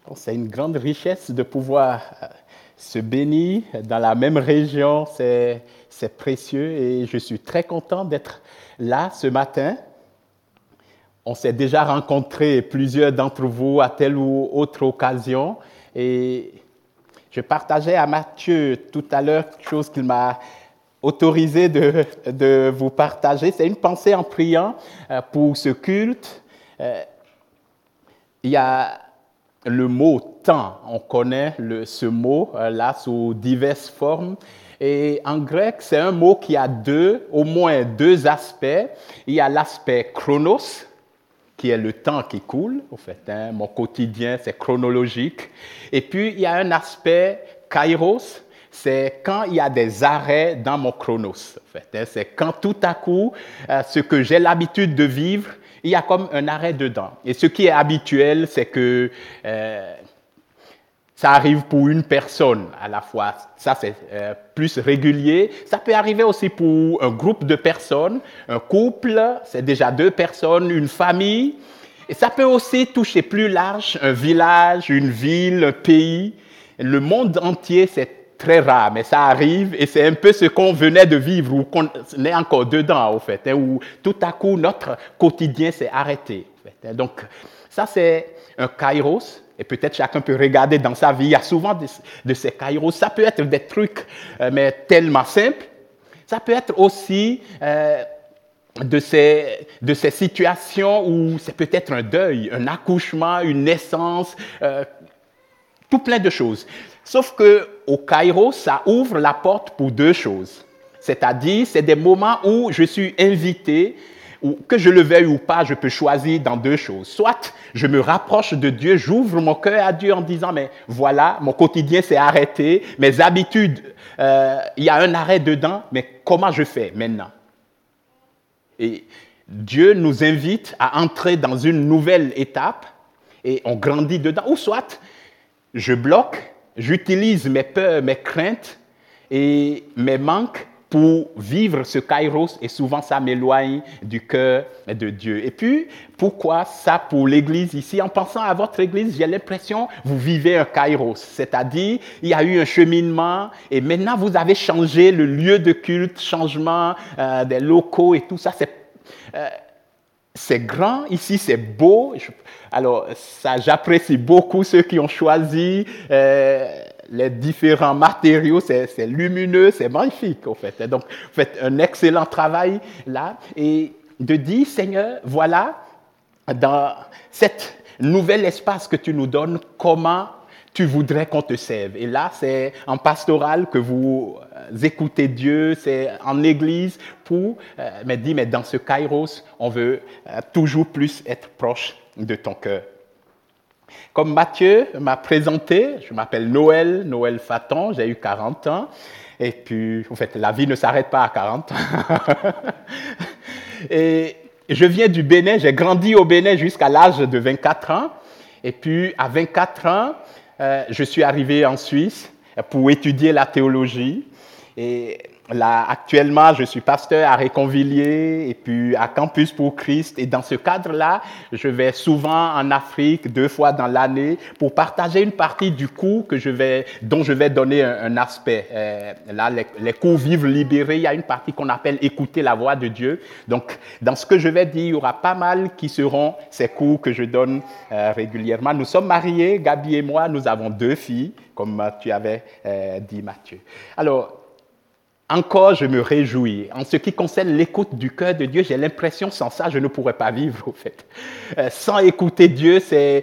C'est une grande richesse de pouvoir se bénir dans la même région. C'est précieux et je suis très content d'être là ce matin. On s'est déjà rencontrés, plusieurs d'entre vous, à telle ou autre occasion. Et je partageais à Mathieu tout à l'heure quelque chose qu'il m'a autorisé de vous partager. C'est une pensée en priant pour ce culte. Il y a le mot « temps ». On connaît ce mot là sous diverses formes. Et en grec, c'est un mot qui a au moins deux aspects. Il y a l'aspect chronos, qui est le temps qui coule. En fait, mon quotidien, c'est chronologique. Et puis, il y a un aspect kairos, c'est quand il y a des arrêts dans mon chronos. En fait, c'est quand tout à coup, ce que j'ai l'habitude de vivre, il y a comme un arrêt dedans. Et ce qui est habituel, c'est que ça arrive pour une personne à la fois. Ça, c'est plus régulier. Ça peut arriver aussi pour un groupe de personnes, un couple, c'est déjà 2 personnes, une famille. Et ça peut aussi toucher plus large, un village, une ville, un pays. Le monde entier, c'est très rare, mais ça arrive et c'est un peu ce qu'on venait de vivre ou qu'on est encore dedans, au fait, où tout à coup, notre quotidien s'est arrêté. En fait. Donc, ça, c'est un kairos. Et peut-être chacun peut regarder dans sa vie. Il y a souvent de ces kairos. Ça peut être des trucs, mais tellement simples. Ça peut être aussi de ces situations où c'est peut-être un deuil, un accouchement, une naissance, tout plein de choses. Sauf qu'au kairos, ça ouvre la porte pour 2 choses. C'est-à-dire, c'est des moments où je suis invité, ou que je le veuille ou pas, je peux choisir dans 2 choses. Soit je me rapproche de Dieu, j'ouvre mon cœur à Dieu en disant, mais voilà, mon quotidien s'est arrêté, mes habitudes, il y a un arrêt dedans, mais comment je fais maintenant? Et Dieu nous invite à entrer dans une nouvelle étape et on grandit dedans. Ou soit je bloque, j'utilise mes peurs, mes craintes et mes manques pour vivre ce kairos, et souvent ça m'éloigne du cœur de Dieu. Et puis, pourquoi ça pour l'Église ici? En pensant à votre Église, j'ai l'impression que vous vivez un kairos, c'est-à-dire il y a eu un cheminement et maintenant vous avez changé le lieu de culte, changement des locaux et tout ça. C'est grand, ici c'est beau. Alors, j'apprécie beaucoup ceux qui ont choisi les différents matériaux, c'est lumineux, c'est magnifique en fait. Donc, vous faites un excellent travail là et de dire, Seigneur, voilà, dans cet nouvel espace que tu nous donnes, comment tu voudrais qu'on te serve. Et là, c'est en pastoral que vous écoutez Dieu, c'est en église pour me dire, mais dans ce kairos, on veut toujours plus être proche de ton cœur. Comme Mathieu m'a présenté, je m'appelle Noël Faton, j'ai eu 40 ans. Et puis, en fait, la vie ne s'arrête pas à 40 ans. Et je viens du Bénin, j'ai grandi au Bénin jusqu'à l'âge de 24 ans. Et puis, à 24 ans, je suis arrivé en Suisse pour étudier la théologie. Et là, actuellement, je suis pasteur à Réconvilier et puis à Campus pour Christ. Et dans ce cadre-là, je vais souvent en Afrique 2 fois dans l'année pour partager une partie du cours dont je vais donner un aspect. Là, les cours Vivre libérés, il y a une partie qu'on appelle Écouter la voix de Dieu. Donc, dans ce que je vais dire, il y aura pas mal qui seront ces cours que je donne régulièrement. Nous sommes mariés, Gabi et moi, nous avons 2 filles, comme tu avais dit, Mathieu. Alors, encore, je me réjouis. En ce qui concerne l'écoute du cœur de Dieu, j'ai l'impression, sans ça, je ne pourrais pas vivre, au fait. Sans écouter Dieu, c'est...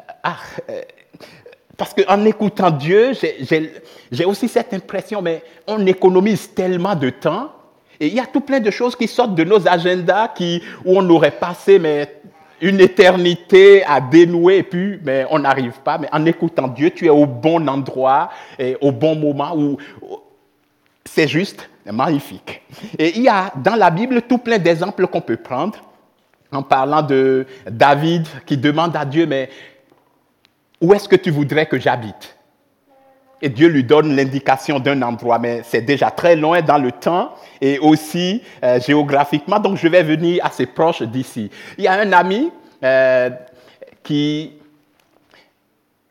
parce qu'en écoutant Dieu, j'ai aussi cette impression, mais on économise tellement de temps, et il y a tout plein de choses qui sortent de nos agendas, où on aurait passé une éternité à dénouer, et puis mais on n'arrive pas. Mais en écoutant Dieu, tu es au bon endroit, et au bon moment, où... C'est juste magnifique. Et il y a dans la Bible tout plein d'exemples qu'on peut prendre en parlant de David qui demande à Dieu, mais où est-ce que tu voudrais que j'habite? Et Dieu lui donne l'indication d'un endroit, mais c'est déjà très loin dans le temps et aussi géographiquement, donc je vais venir assez proche d'ici. Il y a un ami qui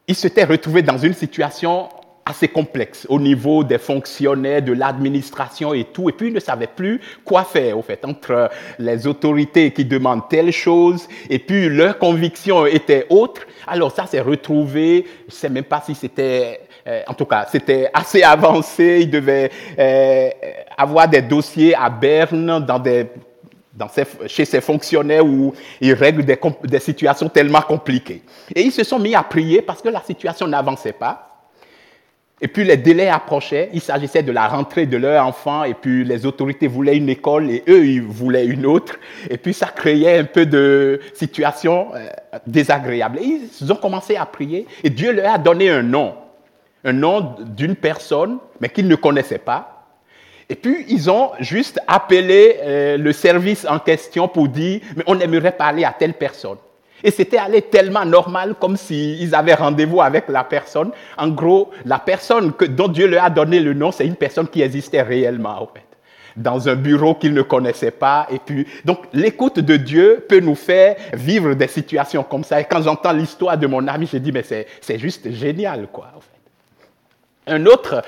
il s'était retrouvé dans une situation assez complexe au niveau des fonctionnaires, de l'administration et tout. Et puis, il ne savait plus quoi faire, au fait, entre les autorités qui demandent telle chose et puis leurs convictions étaient autres. Alors, ça s'est retrouvé, je ne sais même pas si c'était... en tout cas, c'était assez avancé. Il devait avoir des dossiers à Berne, chez ses fonctionnaires où ils règlent des situations tellement compliquées. Et ils se sont mis à prier parce que la situation n'avançait pas. Et puis les délais approchaient, il s'agissait de la rentrée de leur enfant, et puis les autorités voulaient une école et eux, ils voulaient une autre. Et puis ça créait un peu de situations désagréables. Et ils ont commencé à prier, et Dieu leur a donné un nom d'une personne, mais qu'ils ne connaissaient pas. Et puis ils ont juste appelé le service en question pour dire, mais on aimerait parler à telle personne. Et c'était allé tellement normal, comme s'ils avaient rendez-vous avec la personne. En gros, la personne dont Dieu leur a donné le nom, c'est une personne qui existait réellement, en fait, dans un bureau qu'ils ne connaissaient pas. Et puis, donc, l'écoute de Dieu peut nous faire vivre des situations comme ça. Et quand j'entends l'histoire de mon ami, je dis, mais c'est juste génial, quoi, en fait. Un autre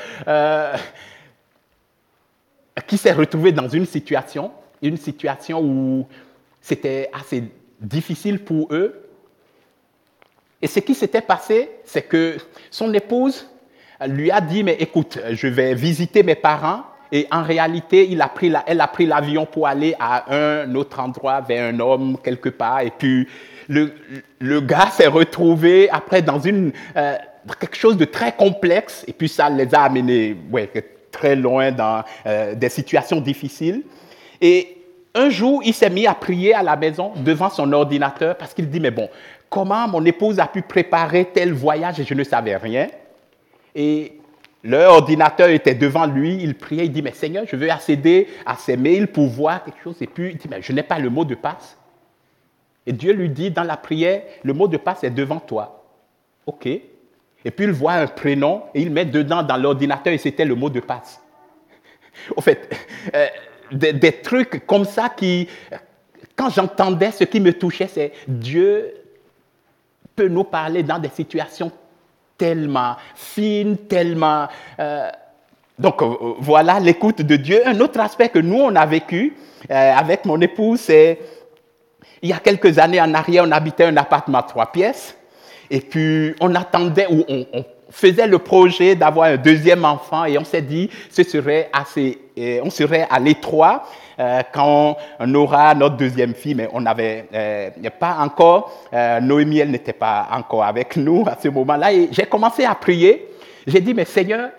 qui s'est retrouvé dans une situation où c'était assez difficile pour eux. Et ce qui s'était passé, c'est que son épouse lui a dit, mais écoute, je vais visiter mes parents. Et en réalité, elle a pris l'avion pour aller à un autre endroit, vers un homme, quelque part. Et puis, le gars s'est retrouvé après dans quelque chose de très complexe. Et puis, ça les a amenés très loin dans des situations difficiles. Et un jour, il s'est mis à prier à la maison devant son ordinateur parce qu'il dit, mais bon, comment mon épouse a pu préparer tel voyage et je ne savais rien. Et leur ordinateur était devant lui, il priait, il dit, mais Seigneur, je veux accéder à ces mails pour voir quelque chose. Et puis, il dit, mais je n'ai pas le mot de passe. Et Dieu lui dit, dans la prière, le mot de passe est devant toi. OK. Et puis, il voit un prénom et il met dedans dans l'ordinateur et c'était le mot de passe. Au fait... Des trucs comme ça qui, quand j'entendais, ce qui me touchait, c'est Dieu peut nous parler dans des situations tellement fines, tellement... Donc, voilà l'écoute de Dieu. Un autre aspect que nous, on a vécu avec mon épouse, c'est... Il y a quelques années en arrière, on habitait un appartement à 3 pièces. Et puis, on attendait, ou on faisait le projet d'avoir un deuxième enfant et on s'est dit on serait à l'étroit quand on aura notre deuxième fille, mais on n'avait pas encore, Noémie, elle n'était pas encore avec nous à ce moment-là. Et j'ai commencé à prier. J'ai dit, mais Seigneur,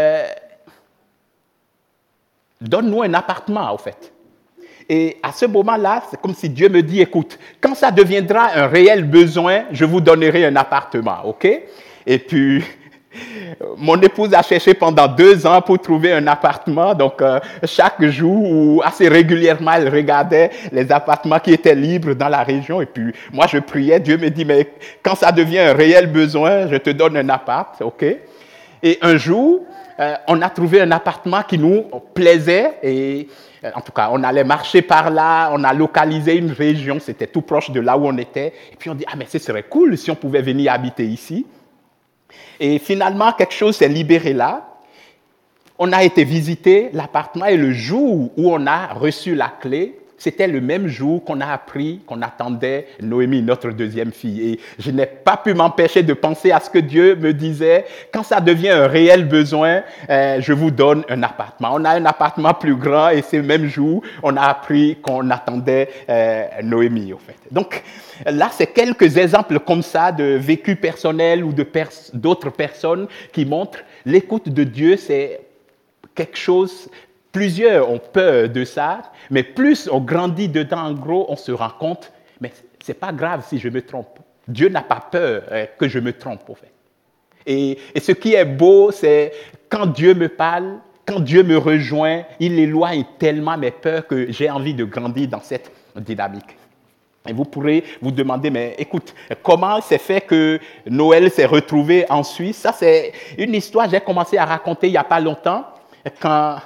donne-nous un appartement, en fait. Et à ce moment-là, c'est comme si Dieu me dit, écoute, quand ça deviendra un réel besoin, je vous donnerai un appartement, OK? Et puis, mon épouse a cherché pendant 2 ans pour trouver un appartement. Donc, chaque jour ou assez régulièrement, elle regardait les appartements qui étaient libres dans la région. Et puis, moi, je priais. Dieu me dit, mais quand ça devient un réel besoin, je te donne un appart, OK? Et un jour, on a trouvé un appartement qui nous plaisait et... En tout cas, on allait marcher par là, on a localisé une région, c'était tout proche de là où on était. Et puis on dit, ah mais ce serait cool si on pouvait venir habiter ici. Et finalement, quelque chose s'est libéré là. On a été visiter l'appartement et le jour où on a reçu la clé, c'était le même jour qu'on a appris qu'on attendait Noémie, notre deuxième fille. Et je n'ai pas pu m'empêcher de penser à ce que Dieu me disait. Quand ça devient un réel besoin, je vous donne un appartement. On a un appartement plus grand et ce même jour, on a appris qu'on attendait Noémie, en fait. Donc là, c'est quelques exemples comme ça de vécu personnel ou d'autres personnes qui montrent l'écoute de Dieu, c'est quelque chose... Plusieurs ont peur de ça, mais plus on grandit dedans, en gros, on se rend compte, mais ce n'est pas grave si je me trompe. Dieu n'a pas peur que je me trompe, en fait. Et ce qui est beau, c'est quand Dieu me parle, quand Dieu me rejoint, il éloigne tellement mes peurs que j'ai envie de grandir dans cette dynamique. Et vous pourrez vous demander, mais écoute, comment c'est fait que Noël s'est retrouvé en Suisse? Ça, c'est une histoire que j'ai commencé à raconter il n'y a pas longtemps, quand...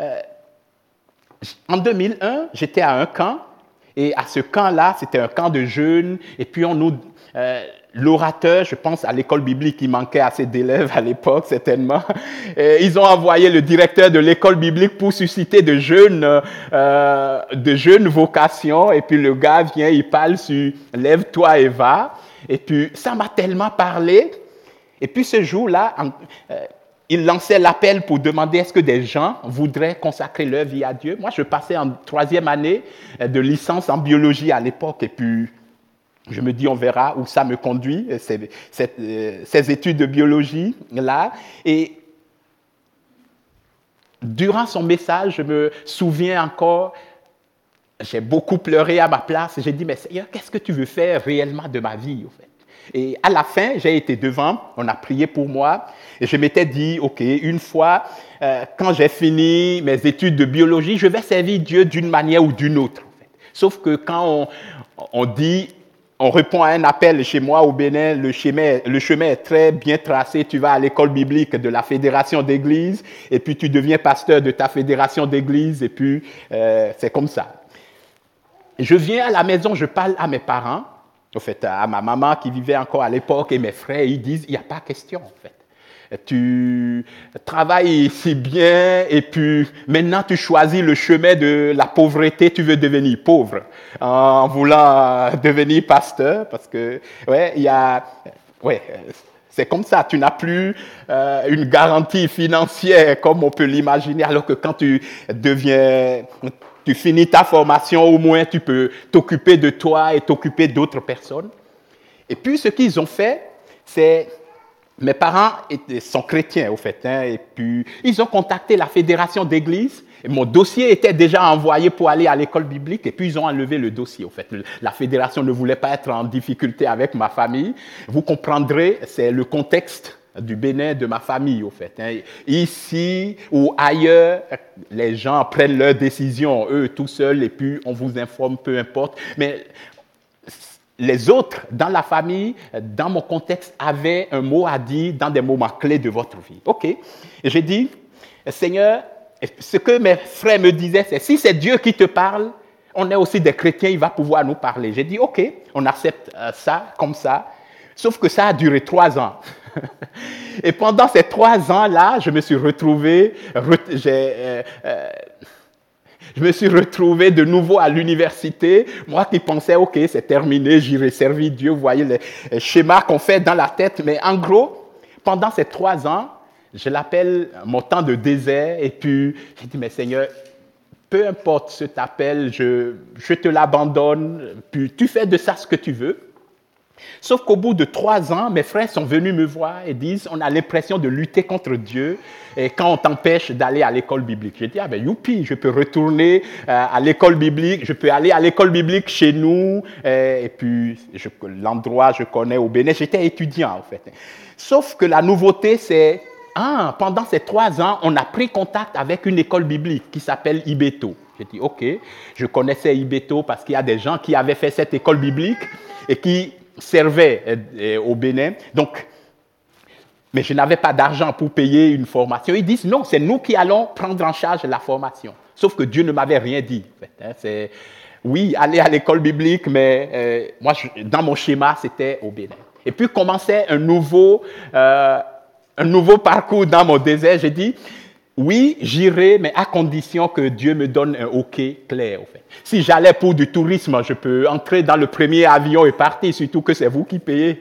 en 2001, j'étais à un camp, et à ce camp-là, c'était un camp de jeunes, et puis on nous l'orateur, je pense à l'école biblique, il manquait assez d'élèves à l'époque, certainement. Et ils ont envoyé le directeur de l'école biblique pour susciter de jeunes vocations. Et puis le gars vient, il parle sur « Lève-toi et va ». Et puis ça m'a tellement parlé. Et puis ce jour-là, il lançait l'appel pour demander est-ce que des gens voudraient consacrer leur vie à Dieu. Moi, je passais en 3e année de licence en biologie à l'époque. Et puis, je me dis, on verra où ça me conduit, ces études de biologie-là. Et durant son message, je me souviens encore, j'ai beaucoup pleuré à ma place. J'ai dit, mais Seigneur, qu'est-ce que tu veux faire réellement de ma vie, au fait? Et à la fin, j'ai été devant, on a prié pour moi, et je m'étais dit, OK, une fois, quand j'ai fini mes études de biologie, je vais servir Dieu d'une manière ou d'une autre. En fait. Sauf que quand on répond à un appel chez moi au Bénin, le chemin est très bien tracé, tu vas à l'école biblique de la fédération d'église, et puis tu deviens pasteur de ta fédération d'église, et puis c'est comme ça. Je viens à la maison, je parle à mes parents, en fait, à ma maman qui vivait encore à l'époque et mes frères, ils disent, il n'y a pas question, en fait. Tu travailles si bien et puis maintenant tu choisis le chemin de la pauvreté, tu veux devenir pauvre en voulant devenir pasteur parce que, c'est comme ça, tu n'as plus une garantie financière comme on peut l'imaginer alors que quand tu finis ta formation, au moins tu peux t'occuper de toi et t'occuper d'autres personnes. Et puis ce qu'ils ont fait, c'est... Mes parents sont chrétiens, au fait, et puis ils ont contacté la fédération d'église. Mon dossier était déjà envoyé pour aller à l'école biblique, et puis ils ont enlevé le dossier, au fait. La fédération ne voulait pas être en difficulté avec ma famille. Vous comprendrez, c'est le contexte du Bénin, de ma famille, au fait. Ici ou ailleurs, les gens prennent leurs décisions, eux, tout seuls, et puis on vous informe, peu importe. Mais les autres dans la famille, dans mon contexte, avaient un mot à dire dans des moments clés de votre vie. OK. Et j'ai dit, Seigneur, ce que mes frères me disaient, c'est si c'est Dieu qui te parle, on est aussi des chrétiens, il va pouvoir nous parler. J'ai dit, OK, on accepte ça comme ça. Sauf que ça a duré 3 ans. Et pendant ces 3 ans-là, je me suis retrouvé de nouveau à l'université. Moi qui pensais, OK, c'est terminé, j'irai servir Dieu. Vous voyez les schémas qu'on fait dans la tête. Mais en gros, pendant ces 3 ans, je l'appelle mon temps de désert. Et puis, j'ai dit, mais Seigneur, peu importe cet appel, je te l'abandonne. Puis tu fais de ça ce que tu veux. Sauf qu'au bout de 3 ans, mes frères sont venus me voir et disent, on a l'impression de lutter contre Dieu et quand on t'empêche d'aller à l'école biblique. J'ai dit, ah ben youpi, je peux retourner à l'école biblique, je peux aller à l'école biblique chez nous. Et puis, l'endroit, je connais au Bénin, j'étais étudiant en fait. Sauf que la nouveauté, c'est, pendant ces 3 ans, on a pris contact avec une école biblique qui s'appelle Ibeto. J'ai dit, OK, je connaissais Ibeto parce qu'il y a des gens qui avaient fait cette école biblique et qui servait au Bénin. Donc, mais je n'avais pas d'argent pour payer une formation. Ils disent, non, c'est nous qui allons prendre en charge la formation. Sauf que Dieu ne m'avait rien dit. En fait, c'est, oui, aller à l'école biblique, mais moi, dans mon schéma, c'était au Bénin. Et puis commençait un nouveau parcours dans mon désert. J'ai dit, oui, j'irai, mais à condition que Dieu me donne un OK clair. En fait. Si j'allais pour du tourisme, je peux entrer dans le premier avion et partir, surtout que c'est vous qui payez.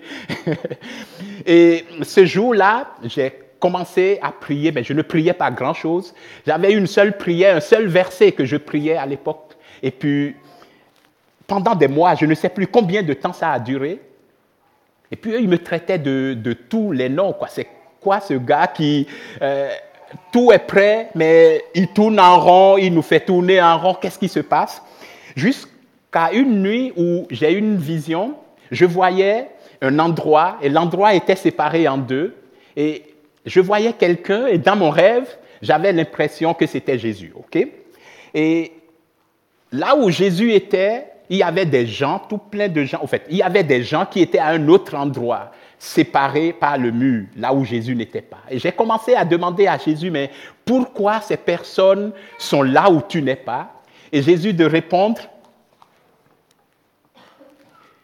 Et ce jour-là, j'ai commencé à prier, mais je ne priais pas grand-chose. J'avais une seule prière, un seul verset que je priais à l'époque. Et puis, pendant des mois, je ne sais plus combien de temps ça a duré. Et puis, eux, ils me traitaient de tous les noms. Quoi. C'est quoi ce gars qui... tout est prêt, mais il tourne en rond, il nous fait tourner en rond. Qu'est-ce qui se passe? Jusqu'à une nuit où j'ai eu une vision, je voyais un endroit, et l'endroit était séparé en 2. Et je voyais quelqu'un, et dans mon rêve, j'avais l'impression que c'était Jésus. Okay? Et là où Jésus était, il y avait des gens, tout plein de gens. En fait, il y avait des gens qui étaient à un autre endroit, séparés par le mur, là où Jésus n'était pas. Et j'ai commencé à demander à Jésus, mais pourquoi ces personnes sont là où tu n'es pas? Et Jésus de répondre,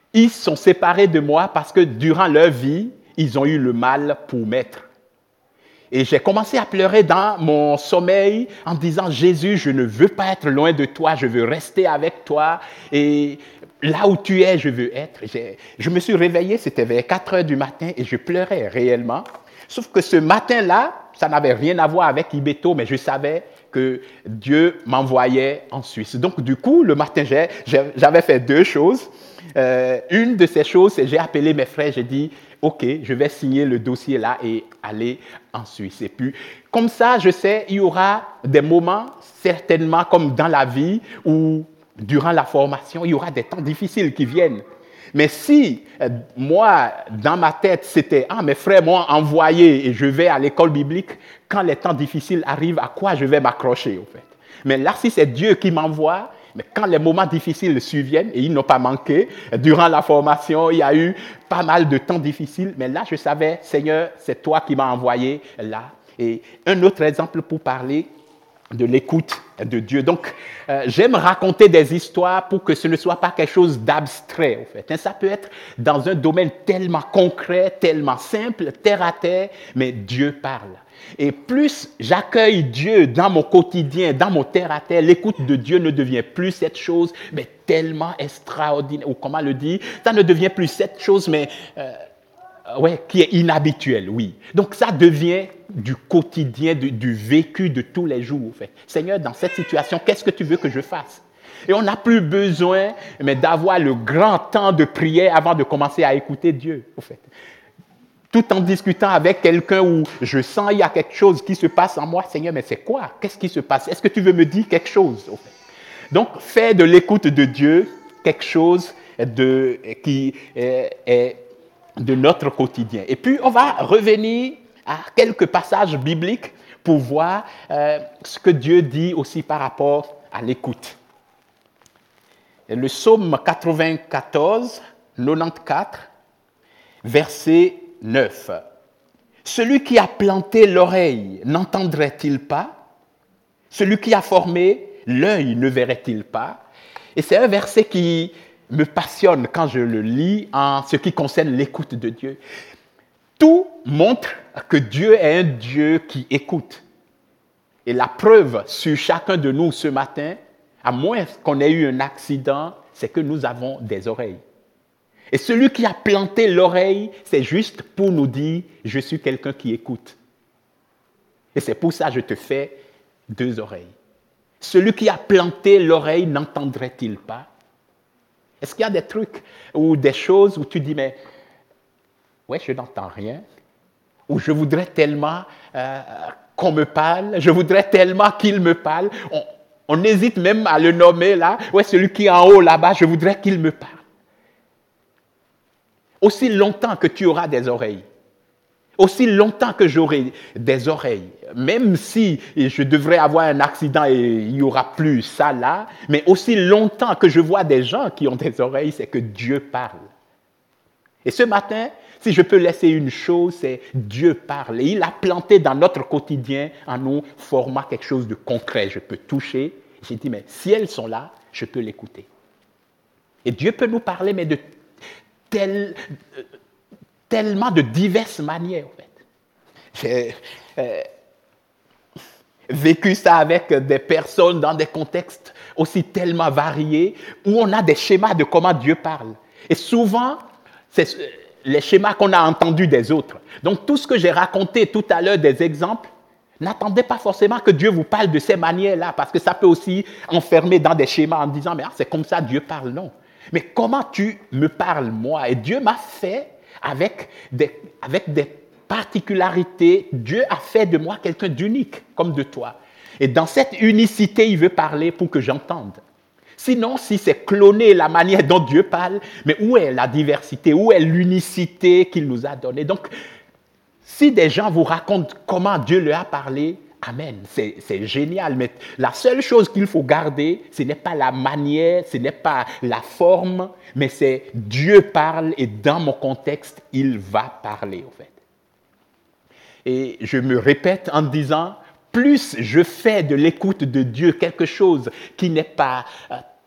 Ils sont séparés de moi parce que durant leur vie, ils ont eu le mal pour maître. Et j'ai commencé à pleurer dans mon sommeil en disant, Jésus, je ne veux pas être loin de toi, je veux rester avec toi. Et là où tu es, je veux être. Je me suis réveillé, c'était vers 4 heures du matin et je pleurais réellement. Sauf que ce matin-là, ça n'avait rien à voir avec Ibeto, mais je savais que Dieu m'envoyait en Suisse. Donc du coup, le matin, j'avais fait 2 choses. Une de ces choses, c'est j'ai appelé mes frères, j'ai dit, OK, je vais signer le dossier là et aller en Suisse. Et puis, comme ça, je sais, il y aura des moments, certainement comme dans la vie, où durant la formation, il y aura des temps difficiles qui viennent. Mais si moi, dans ma tête, c'était « Ah, mes frères m'ont envoyé et je vais à l'école biblique », quand les temps difficiles arrivent, à quoi je vais m'accrocher au fait? Mais là, si c'est Dieu qui m'envoie, mais quand les moments difficiles surviennent, et ils n'ont pas manqué, durant la formation, il y a eu pas mal de temps difficiles, mais là, je savais, Seigneur, c'est toi qui m'as envoyé là. Et un autre exemple pour parler de l'écoute de Dieu. Donc, j'aime raconter des histoires pour que ce ne soit pas quelque chose d'abstrait, en fait. Ça peut être dans un domaine tellement concret, tellement simple, terre à terre, mais Dieu parle. Et plus j'accueille Dieu dans mon quotidien, dans mon terre à terre, l'écoute de Dieu ne devient plus cette chose, mais tellement extraordinaire, ou comment le dire, ça ne devient plus cette chose, mais qui est inhabituelle, oui. Donc ça devient du quotidien, du vécu de tous les jours, en fait. Seigneur, dans cette situation, qu'est-ce que tu veux que je fasse? Et on n'a plus besoin mais d'avoir le grand temps de prière avant de commencer à écouter Dieu, en fait. Tout en discutant avec quelqu'un où je sens qu'il y a quelque chose qui se passe en moi. Seigneur, mais c'est quoi? Qu'est-ce qui se passe? Est-ce que tu veux me dire quelque chose? En fait? Donc, faire de l'écoute de Dieu quelque chose qui est de notre quotidien. Et puis, on va revenir à quelques passages bibliques pour voir ce que Dieu dit aussi par rapport à l'écoute. Le psaume 94, 94, verset 9. Celui qui a planté l'oreille n'entendrait-il pas? Celui qui a formé l'œil ne verrait-il pas? Et c'est un verset qui me passionne quand je le lis en ce qui concerne l'écoute de Dieu. Tout montre que Dieu est un Dieu qui écoute. Et la preuve sur chacun de nous ce matin, à moins qu'on ait eu un accident, c'est que nous avons des oreilles. Et celui qui a planté l'oreille, c'est juste pour nous dire, je suis quelqu'un qui écoute. Et c'est pour ça que je te fais 2 oreilles. Celui qui a planté l'oreille n'entendrait-il pas? Est-ce qu'il y a des trucs ou des choses où tu dis, mais ouais, je n'entends rien, ou je voudrais tellement qu'on me parle, je voudrais tellement qu'il me parle. On hésite même à le nommer là. Ouais, celui qui est en haut là-bas, je voudrais qu'il me parle. Aussi longtemps que tu auras des oreilles, aussi longtemps que j'aurai des oreilles, même si je devrais avoir un accident et il n'y aura plus ça là, mais aussi longtemps que je vois des gens qui ont des oreilles, c'est que Dieu parle. Et ce matin, si je peux laisser une chose, c'est Dieu parle. Et il a planté dans notre quotidien en nous, formant quelque chose de concret. Je peux toucher. J'ai dit, mais si elles sont là, je peux l'écouter. Et Dieu peut nous parler, mais de tellement de diverses manières, en fait. J'ai vécu ça avec des personnes dans des contextes aussi tellement variés, où on a des schémas de comment Dieu parle. Et souvent, c'est les schémas qu'on a entendus des autres. Donc, tout ce que j'ai raconté tout à l'heure, des exemples, n'attendez pas forcément que Dieu vous parle de ces manières-là, parce que ça peut aussi enfermer dans des schémas en disant, mais c'est comme ça Dieu parle. Non. Mais comment tu me parles, moi? Et Dieu m'a fait avec des particularités. Dieu a fait de moi quelqu'un d'unique, comme de toi. Et dans cette unicité, il veut parler pour que j'entende. Sinon, si c'est cloner la manière dont Dieu parle, mais où est la diversité? Où est l'unicité qu'il nous a donnée? Donc, si des gens vous racontent comment Dieu leur a parlé, amen, c'est génial. Mais la seule chose qu'il faut garder, ce n'est pas la manière, ce n'est pas la forme, mais c'est Dieu parle et dans mon contexte, il va parler, en fait. Et je me répète en disant, plus je fais de l'écoute de Dieu quelque chose qui n'est pas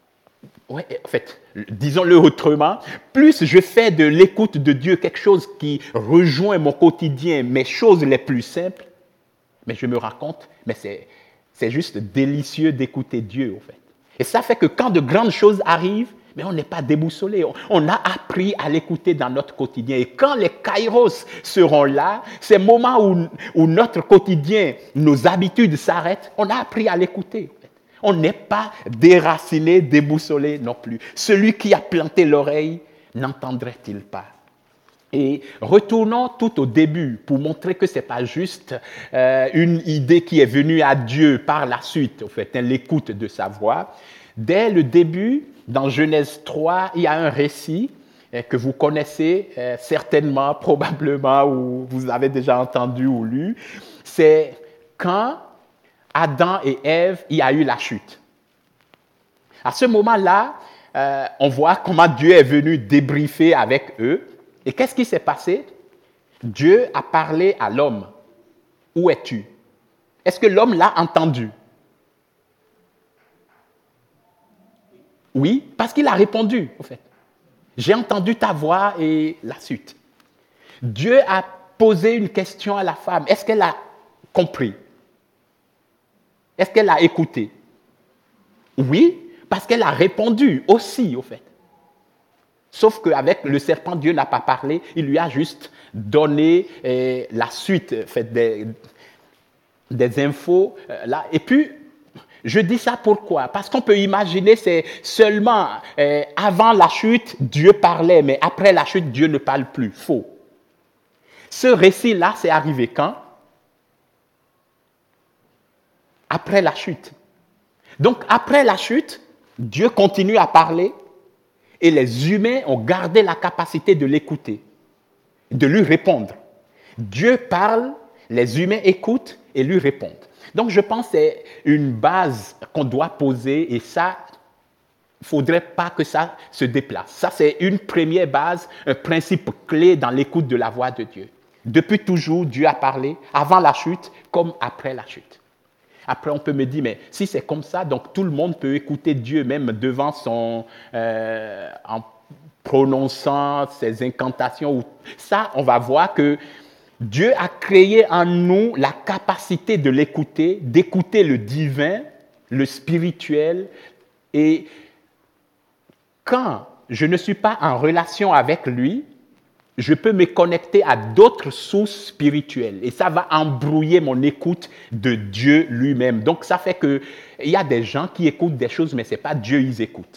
Ouais, en fait, disons-le autrement, plus je fais de l'écoute de Dieu quelque chose qui rejoint mon quotidien, mes choses les plus simples, mais je me rends compte, mais c'est juste délicieux d'écouter Dieu, en fait. Et ça fait que quand de grandes choses arrivent, mais on n'est pas déboussolé. On a appris à l'écouter dans notre quotidien. Et quand les kairos seront là, ces moments où notre quotidien, nos habitudes s'arrêtent, on a appris à l'écouter. On n'est pas déraciné, déboussolé non plus. Celui qui a planté l'oreille, n'entendrait-il pas? Et retournons tout au début pour montrer que ce n'est pas juste une idée qui est venue à Dieu par la suite, en fait, l'écoute de sa voix. Dès le début, dans Genèse 3, il y a un récit que vous connaissez certainement, probablement, ou vous avez déjà entendu ou lu. C'est quand Adam et Ève, il y a eu la chute. À ce moment-là, on voit comment Dieu est venu débriefer avec eux. Et qu'est-ce qui s'est passé? Dieu a parlé à l'homme. Où es-tu? Est-ce que l'homme l'a entendu? Oui, parce qu'il a répondu, en fait. J'ai entendu ta voix et la suite. Dieu a posé une question à la femme. Est-ce qu'elle a compris? Est-ce qu'elle a écouté? Oui, parce qu'elle a répondu aussi, au fait. Sauf qu'avec le serpent, Dieu n'a pas parlé, il lui a juste donné la suite, fait des infos là. Et puis, je dis ça pourquoi? Parce qu'on peut imaginer, c'est seulement avant la chute, Dieu parlait, mais après la chute, Dieu ne parle plus. Faux. Ce récit-là, c'est arrivé quand? Après la chute. Donc, après la chute, Dieu continue à parler et les humains ont gardé la capacité de l'écouter, de lui répondre. Dieu parle, les humains écoutent et lui répondent. Donc, je pense que c'est une base qu'on doit poser et ça, il ne faudrait pas que ça se déplace. Ça, c'est une première base, un principe clé dans l'écoute de la voix de Dieu. Depuis toujours, Dieu a parlé, avant la chute comme après la chute. Après, on peut me dire, mais si c'est comme ça, donc tout le monde peut écouter Dieu, même devant son... en prononçant ses incantations. Ça, on va voir que Dieu a créé en nous la capacité de l'écouter, d'écouter le divin, le spirituel. Et quand je ne suis pas en relation avec lui, je peux me connecter à d'autres sources spirituelles et ça va embrouiller mon écoute de Dieu lui-même. Donc, ça fait qu'il y a des gens qui écoutent des choses, mais ce n'est pas Dieu qu'ils écoutent.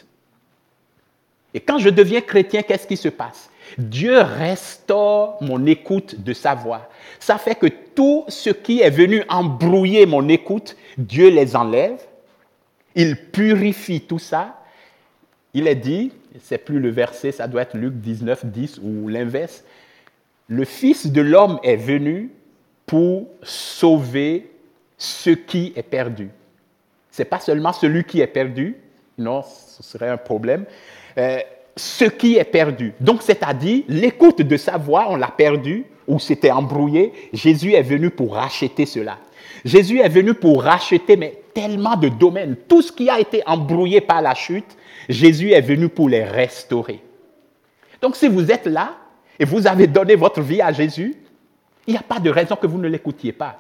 Et quand je deviens chrétien, qu'est-ce qui se passe? Dieu restaure mon écoute de sa voix. Ça fait que tout ce qui est venu embrouiller mon écoute, Dieu les enlève. Il purifie tout ça. Il est dit, c'est plus le verset, ça doit être Luc 19, 10 ou l'inverse. Le Fils de l'homme est venu pour sauver ce qui est perdu. Ce n'est pas seulement celui qui est perdu, non, ce serait un problème. Ce qui est perdu. Donc, c'est-à-dire, l'écoute de sa voix, on l'a perdu, ou c'était embrouillé. Jésus est venu pour racheter cela. Jésus est venu pour racheter, mais tellement de domaines. Tout ce qui a été embrouillé par la chute, Jésus est venu pour les restaurer. Donc, si vous êtes là et vous avez donné votre vie à Jésus, il n'y a pas de raison que vous ne l'écoutiez pas.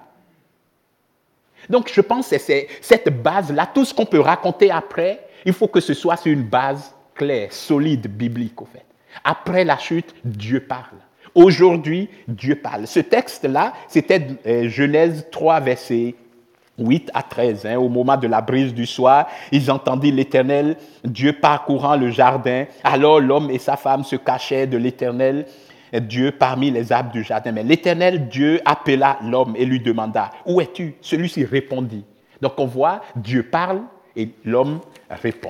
Donc, je pense que c'est cette base-là, tout ce qu'on peut raconter après, il faut que ce soit sur une base claire, solide, biblique, au fait. Après la chute, Dieu parle. Aujourd'hui, Dieu parle. Ce texte-là, c'était Genèse 3, verset 8 à 13. Au moment de la brise du soir, ils entendirent l'Éternel, Dieu parcourant le jardin. Alors l'homme et sa femme se cachaient de l'Éternel, Dieu parmi les arbres du jardin. Mais l'Éternel, Dieu, appela l'homme et lui demanda, « Où es-tu » Celui-ci répondit. Donc on voit, Dieu parle et l'homme répond.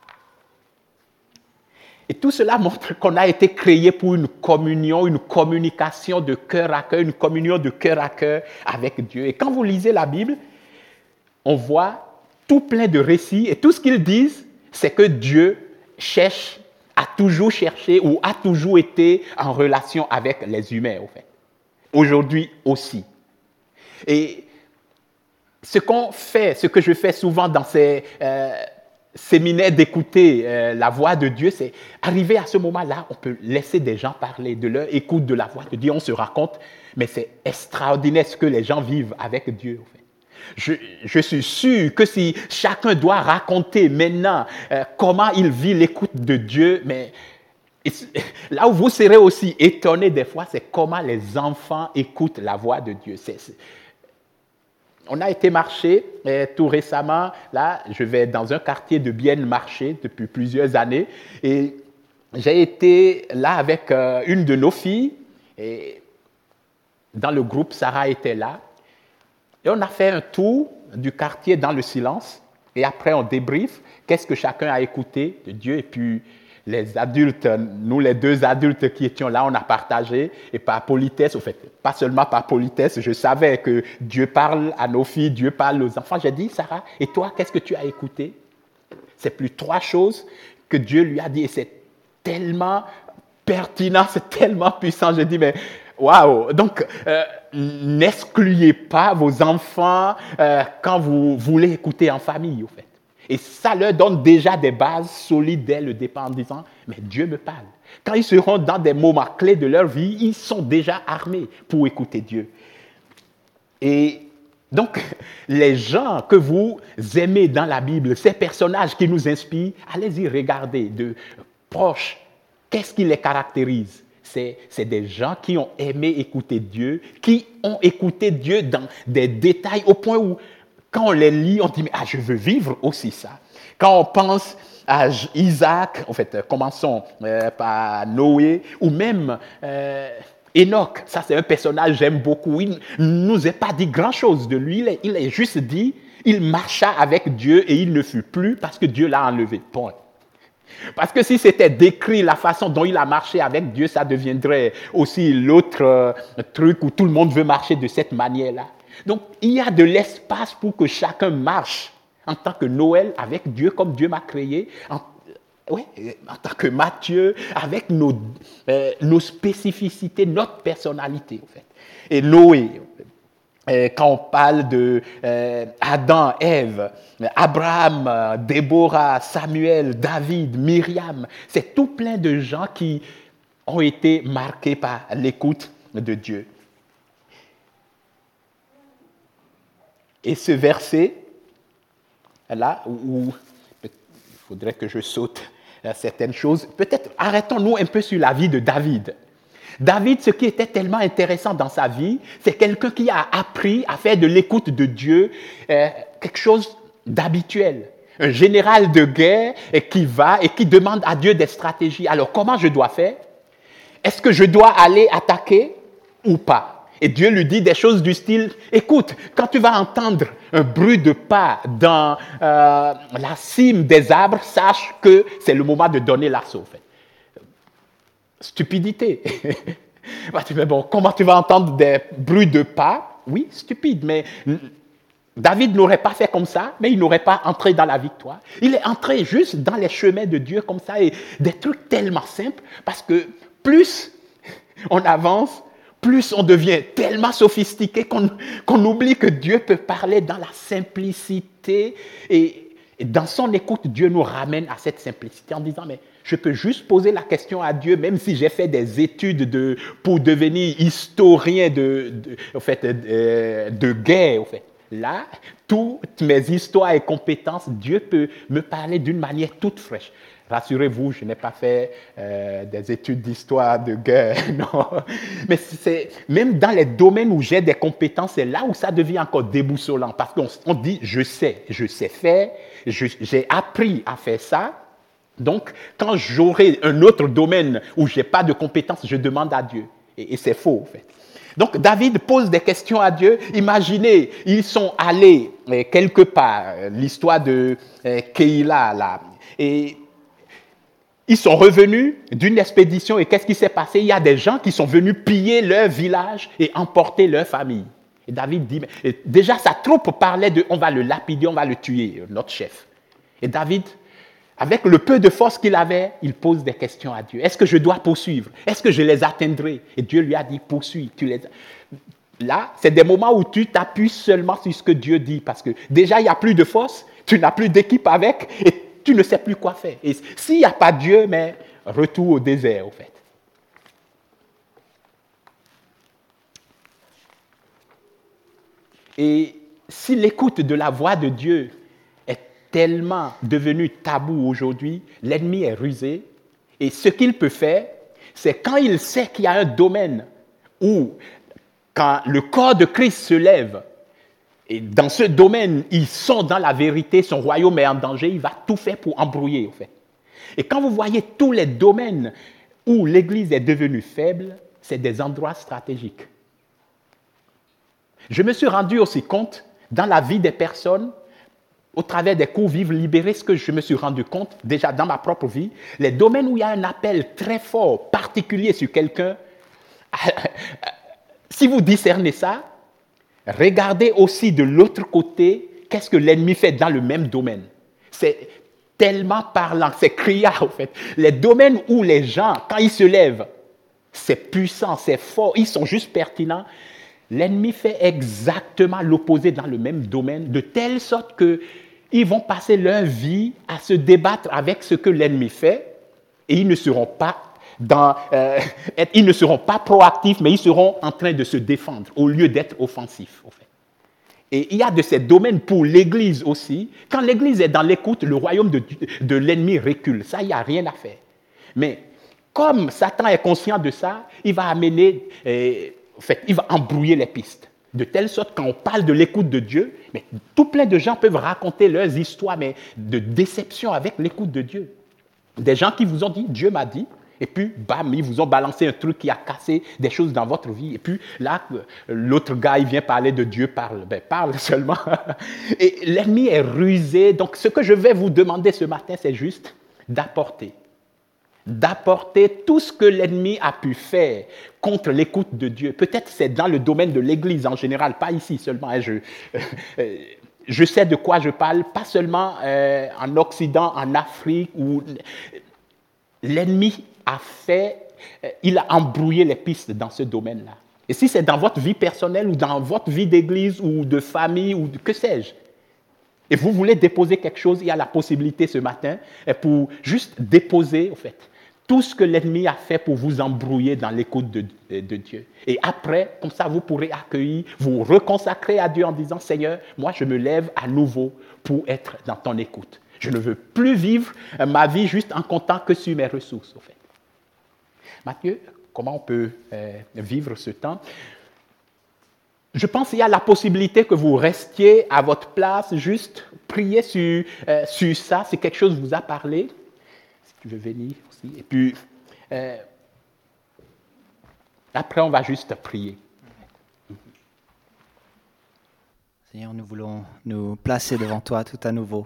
Et tout cela montre qu'on a été créé pour une communion, une communication de cœur à cœur, une communion de cœur à cœur avec Dieu. Et quand vous lisez la Bible, on voit tout plein de récits et tout ce qu'ils disent, c'est que Dieu cherche, a toujours cherché ou a toujours été en relation avec les humains, au fait. Aujourd'hui aussi. Et ce qu'on fait, ce que je fais souvent dans ces séminaire d'écouter la voix de Dieu, c'est arrivé à ce moment-là, on peut laisser des gens parler de leur écoute de la voix de Dieu, on se raconte, mais c'est extraordinaire ce que les gens vivent avec Dieu. En fait. Je suis sûr que si chacun doit raconter maintenant comment il vit l'écoute de Dieu, mais là où vous serez aussi étonnés des fois, c'est comment les enfants écoutent la voix de Dieu. On a été marcher tout récemment. Là, je vais dans un quartier de Bienne marcher depuis plusieurs années. Et j'ai été là avec une de nos filles. Et dans le groupe, Sarah était là. Et on a fait un tour du quartier dans le silence. Et après, on débrief. Qu'est-ce que chacun a écouté de Dieu? Et puis, les adultes, nous les deux adultes qui étions là, on a partagé, et par politesse, au fait, pas seulement par politesse, je savais que Dieu parle à nos filles, Dieu parle aux enfants. J'ai dit, Sarah, et toi, qu'est-ce que tu as écouté? C'est plus 3 choses que Dieu lui a dit, et c'est tellement pertinent, c'est tellement puissant. J'ai dit, mais waouh! Donc, n'excluez pas vos enfants quand vous voulez écouter en famille, au fait. Et ça leur donne déjà des bases solides dès le départ en disant, mais Dieu me parle. Quand ils seront dans des moments clés de leur vie, ils sont déjà armés pour écouter Dieu. Et donc, les gens que vous aimez dans la Bible, ces personnages qui nous inspirent, allez-y regarder de proche. Qu'est-ce qui les caractérise? C'est des gens qui ont aimé écouter Dieu, qui ont écouté Dieu dans des détails au point où quand on les lit, on dit, mais je veux vivre aussi ça. Quand on pense à Isaac, en fait, commençons par Noé, ou même Enoch, ça c'est un personnage que j'aime beaucoup. Il ne nous a pas dit grand-chose de lui, il a juste dit, il marcha avec Dieu et il ne fut plus parce que Dieu l'a enlevé. Point. Parce que si c'était décrit la façon dont il a marché avec Dieu, ça deviendrait aussi l'autre truc où tout le monde veut marcher de cette manière-là. Donc, il y a de l'espace pour que chacun marche en tant que Noël avec Dieu, comme Dieu m'a créé, en tant que Matthieu, avec nos spécificités, notre personnalité. En fait. Et Noé, quand on parle de Adam, Ève, Abraham, Déborah, Samuel, David, Myriam, c'est tout plein de gens qui ont été marqués par l'écoute de Dieu. Et ce verset, là, où il faudrait que je saute certaines choses, peut-être arrêtons-nous un peu sur la vie de David. David, ce qui était tellement intéressant dans sa vie, c'est quelqu'un qui a appris à faire de l'écoute de Dieu quelque chose d'habituel. Un général de guerre qui va et qui demande à Dieu des stratégies. Alors, comment je dois faire? Est-ce que je dois aller attaquer ou pas? Et Dieu lui dit des choses du style, écoute, quand tu vas entendre un bruit de pas dans la cime des arbres, sache que c'est le moment de donner l'assaut. En fait. Stupidité. Mais bon, comment tu vas entendre des bruits de pas? Oui, stupide, mais David n'aurait pas fait comme ça, mais il n'aurait pas entré dans la victoire. Il est entré juste dans les chemins de Dieu comme ça, et des trucs tellement simples, parce que plus on avance, plus on devient tellement sophistiqué qu'on oublie que Dieu peut parler dans la simplicité. Et dans son écoute, Dieu nous ramène à cette simplicité en disant, mais je peux juste poser la question à Dieu, même si j'ai fait des études pour devenir historien de guerre. En fait. Là, toutes mes histoires et compétences, Dieu peut me parler d'une manière toute fraîche. Rassurez-vous, je n'ai pas fait des études d'histoire de guerre, non. Mais c'est même dans les domaines où j'ai des compétences, c'est là où ça devient encore déboussolant. Parce qu'on dit, je sais faire, j'ai appris à faire ça. Donc, quand j'aurai un autre domaine où je n'ai pas de compétences, je demande à Dieu. Et c'est faux, en fait. Donc, David pose des questions à Dieu. Imaginez, ils sont allés quelque part, l'histoire de Keïla, là. Et ils sont revenus d'une expédition et qu'est-ce qui s'est passé? Il y a des gens qui sont venus piller leur village et emporter leur famille. Et David dit, mais déjà sa troupe parlait de, on va le lapider, on va le tuer, notre chef. Et David, avec le peu de force qu'il avait, il pose des questions à Dieu. Est-ce que je dois poursuivre? Est-ce que je les atteindrai? Et Dieu lui a dit, poursuis. Là, c'est des moments où tu t'appuies seulement sur ce que Dieu dit parce que déjà, il n'y a plus de force, tu n'as plus d'équipe avec et tu ne sais plus quoi faire. Et s'il n'y a pas Dieu, mais retour au désert, au fait. Et si l'écoute de la voix de Dieu est tellement devenue tabou aujourd'hui, l'ennemi est rusé. Et ce qu'il peut faire, c'est quand il sait qu'il y a un domaine où, quand le corps de Christ se lève, et dans ce domaine, ils sont dans la vérité, son royaume est en danger, il va tout faire pour embrouiller, en fait. Et quand vous voyez tous les domaines où l'Église est devenue faible, c'est des endroits stratégiques. Je me suis rendu aussi compte, dans la vie des personnes, au travers des cours Vivre libérés, ce que je me suis rendu compte, déjà dans ma propre vie, les domaines où il y a un appel très fort, particulier sur quelqu'un, si vous discernez ça, regardez aussi de l'autre côté, qu'est-ce que l'ennemi fait dans le même domaine. C'est tellement parlant, c'est criard en fait. Les domaines où les gens, quand ils se lèvent, c'est puissant, c'est fort, ils sont juste pertinents. L'ennemi fait exactement l'opposé dans le même domaine, de telle sorte qu'ils vont passer leur vie à se débattre avec ce que l'ennemi fait, et ils ne seront pas ils ne seront pas proactifs, mais ils seront en train de se défendre au lieu d'être offensifs. En fait. Et il y a de ces domaines pour l'Église aussi. Quand l'Église est dans l'écoute, le royaume de l'ennemi recule. Ça, il n'y a rien à faire. Mais comme Satan est conscient de ça, il va amener, il va embrouiller les pistes. De telle sorte, quand on parle de l'écoute de Dieu, mais tout plein de gens peuvent raconter leurs histoires mais de déception avec l'écoute de Dieu. Des gens qui vous ont dit, Dieu m'a dit, et puis, bam, ils vous ont balancé un truc qui a cassé des choses dans votre vie. Et puis là, l'autre gars, il vient parler de Dieu, parle. Ben, parle seulement. Et l'ennemi est rusé. Donc, ce que je vais vous demander ce matin, c'est juste d'apporter tout ce que l'ennemi a pu faire contre l'écoute de Dieu. Peut-être c'est dans le domaine de l'Église en général, pas ici seulement. Hein, je sais de quoi je parle, pas seulement en Occident, en Afrique, où l'ennemi il a embrouillé les pistes dans ce domaine-là. Et si c'est dans votre vie personnelle ou dans votre vie d'église ou de famille ou que sais-je, et vous voulez déposer quelque chose, il y a la possibilité ce matin pour juste déposer, en fait, tout ce que l'ennemi a fait pour vous embrouiller dans l'écoute de Dieu. Et après, comme ça, vous pourrez accueillir, vous reconsacrer à Dieu en disant, Seigneur, moi, je me lève à nouveau pour être dans ton écoute. Je ne veux plus vivre ma vie juste en comptant que sur mes ressources, en fait. Mathieu, comment on peut vivre ce temps? Je pense qu'il y a la possibilité que vous restiez à votre place, juste prier sur ça, si quelque chose vous a parlé. Si tu veux venir aussi. Et puis, après, on va juste prier. Seigneur, nous voulons nous placer devant toi tout à nouveau,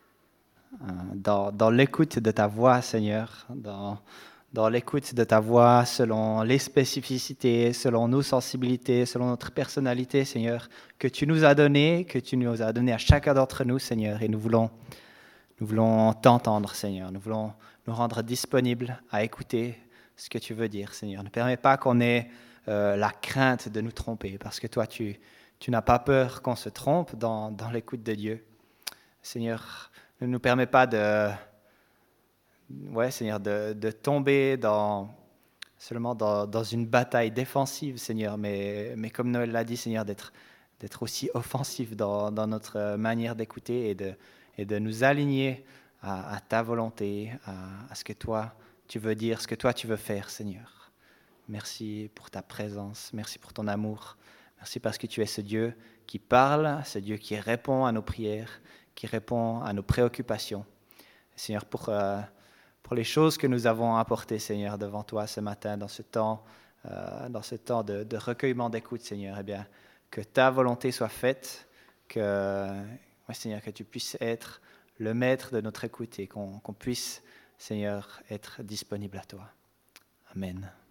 dans l'écoute de ta voix, Seigneur, dans l'écoute de ta voix, selon les spécificités, selon nos sensibilités, selon notre personnalité, Seigneur, que tu nous as donné à chacun d'entre nous, Seigneur. Et nous voulons t'entendre, Seigneur. Nous voulons nous rendre disponibles à écouter ce que tu veux dire, Seigneur. Ne permets pas qu'on ait la crainte de nous tromper, parce que toi, tu n'as pas peur qu'on se trompe dans l'écoute de Dieu. Seigneur, ne nous permets pas Seigneur, de tomber seulement dans une bataille défensive, Seigneur, mais comme Noël l'a dit, Seigneur, d'être aussi offensif dans notre manière d'écouter et de nous aligner à ta volonté, à ce que toi, tu veux dire, ce que toi, tu veux faire, Seigneur. Merci pour ta présence, merci pour ton amour, merci parce que tu es ce Dieu qui parle, ce Dieu qui répond à nos prières, qui répond à nos préoccupations. Seigneur, pour les choses que nous avons apportées, Seigneur, devant toi ce matin, dans ce temps de recueillement d'écoute, Seigneur, eh bien, que ta volonté soit faite, Seigneur, que tu puisses être le maître de notre écoute et qu'on puisse, Seigneur, être disponible à toi. Amen.